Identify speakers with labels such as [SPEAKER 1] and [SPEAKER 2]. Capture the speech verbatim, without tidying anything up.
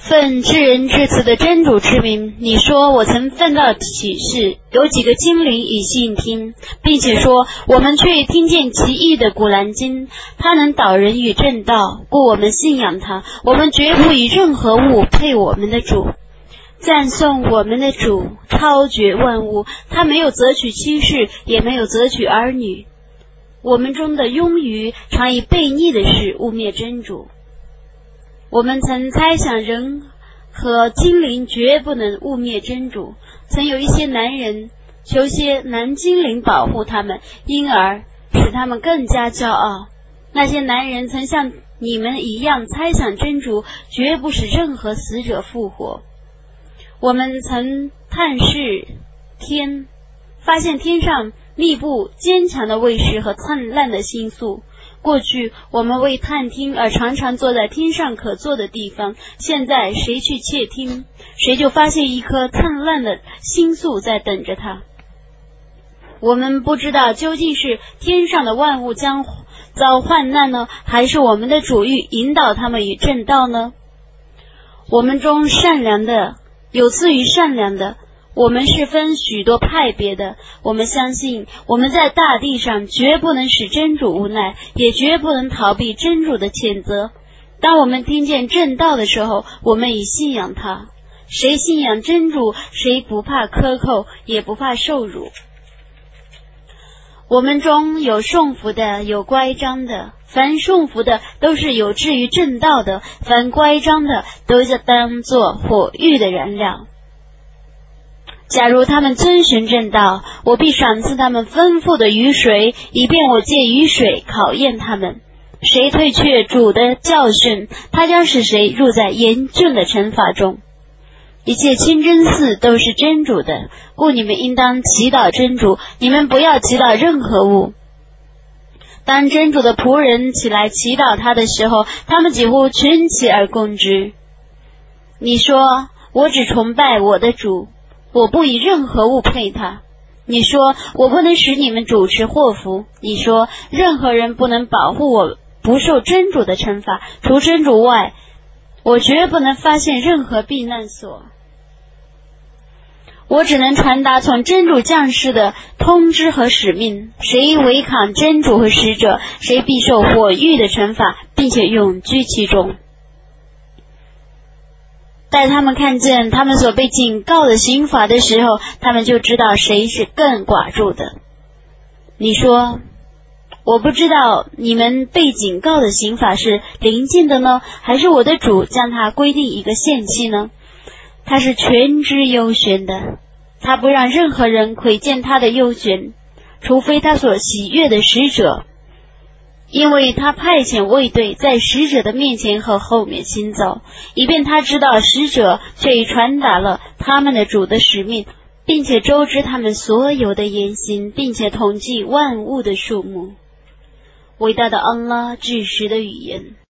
[SPEAKER 1] 奉至仁至慈的真主之名，你说我曾奉到启示，有几个精灵以信听，并且说我们却听见奇异的古兰经，它能导人与正道，故我们信仰它，我们绝不以任何物配我们的主。赞颂我们的主，超绝万物，他没有择取妻室，也没有择取儿女。我们中的庸愚常以悖逆的事污蔑真主。我们曾猜想人和精灵绝不能污蔑真主，曾有一些男人求些男精灵保护他们，因而使他们更加骄傲。那些男人曾像你们一样猜想真主绝不使任何死者复活。我们曾探视天，发现天上密布坚强的卫士和灿烂的星宿。过去我们为探听而常常坐在天上可坐的地方，现在谁去窃听，谁就发现一颗灿烂的星宿在等着他。我们不知道究竟是天上的万物将遭患难呢，还是我们的主欲引导他们于正道呢？我们中善良的有次于善良的，我们是分许多派别的。我们相信我们在大地上绝不能使真主无奈，也绝不能逃避真主的谴责。当我们听见正道的时候，我们已信仰他。谁信仰真主，谁不怕苛扣，也不怕受辱。我们中有顺服的，有乖张的。凡顺服的都是有志于正道的，凡乖张的都是当作火狱的燃料。假如他们遵循正道，我必赏赐他们丰富的雨水，以便我借雨水考验他们。谁退却主的教训，他将使谁入在严峻的惩罚中。一切清真寺都是真主的，故你们应当祈祷真主，你们不要祈祷任何物。当真主的仆人起来祈祷他的时候，他们几乎群起而攻之。你说，我只崇拜我的主，我不以任何物配他。你说，我不能使你们主持祸福。你说，任何人不能保护我不受真主的惩罚，除真主外，我绝不能发现任何避难所。我只能传达从真主降世的通知和使命，谁违抗真主和使者，谁必受火狱的惩罚，并且永居其中。待他们看见他们所被警告的刑罚的时候，他们就知道谁是更寡助的。你说，我不知道你们被警告的刑罚是临近的呢，还是我的主将它规定一个限期呢？他是全知幽玄的，他不让任何人窥见他的幽玄，除非他所喜悦的使者，因为他派遣卫队在使者的面前和后面行走，以便他知道使者却已传达了他们的主的使命，并且周知他们所有的言行，并且统计万物的数目。伟大的安拉至实的语言。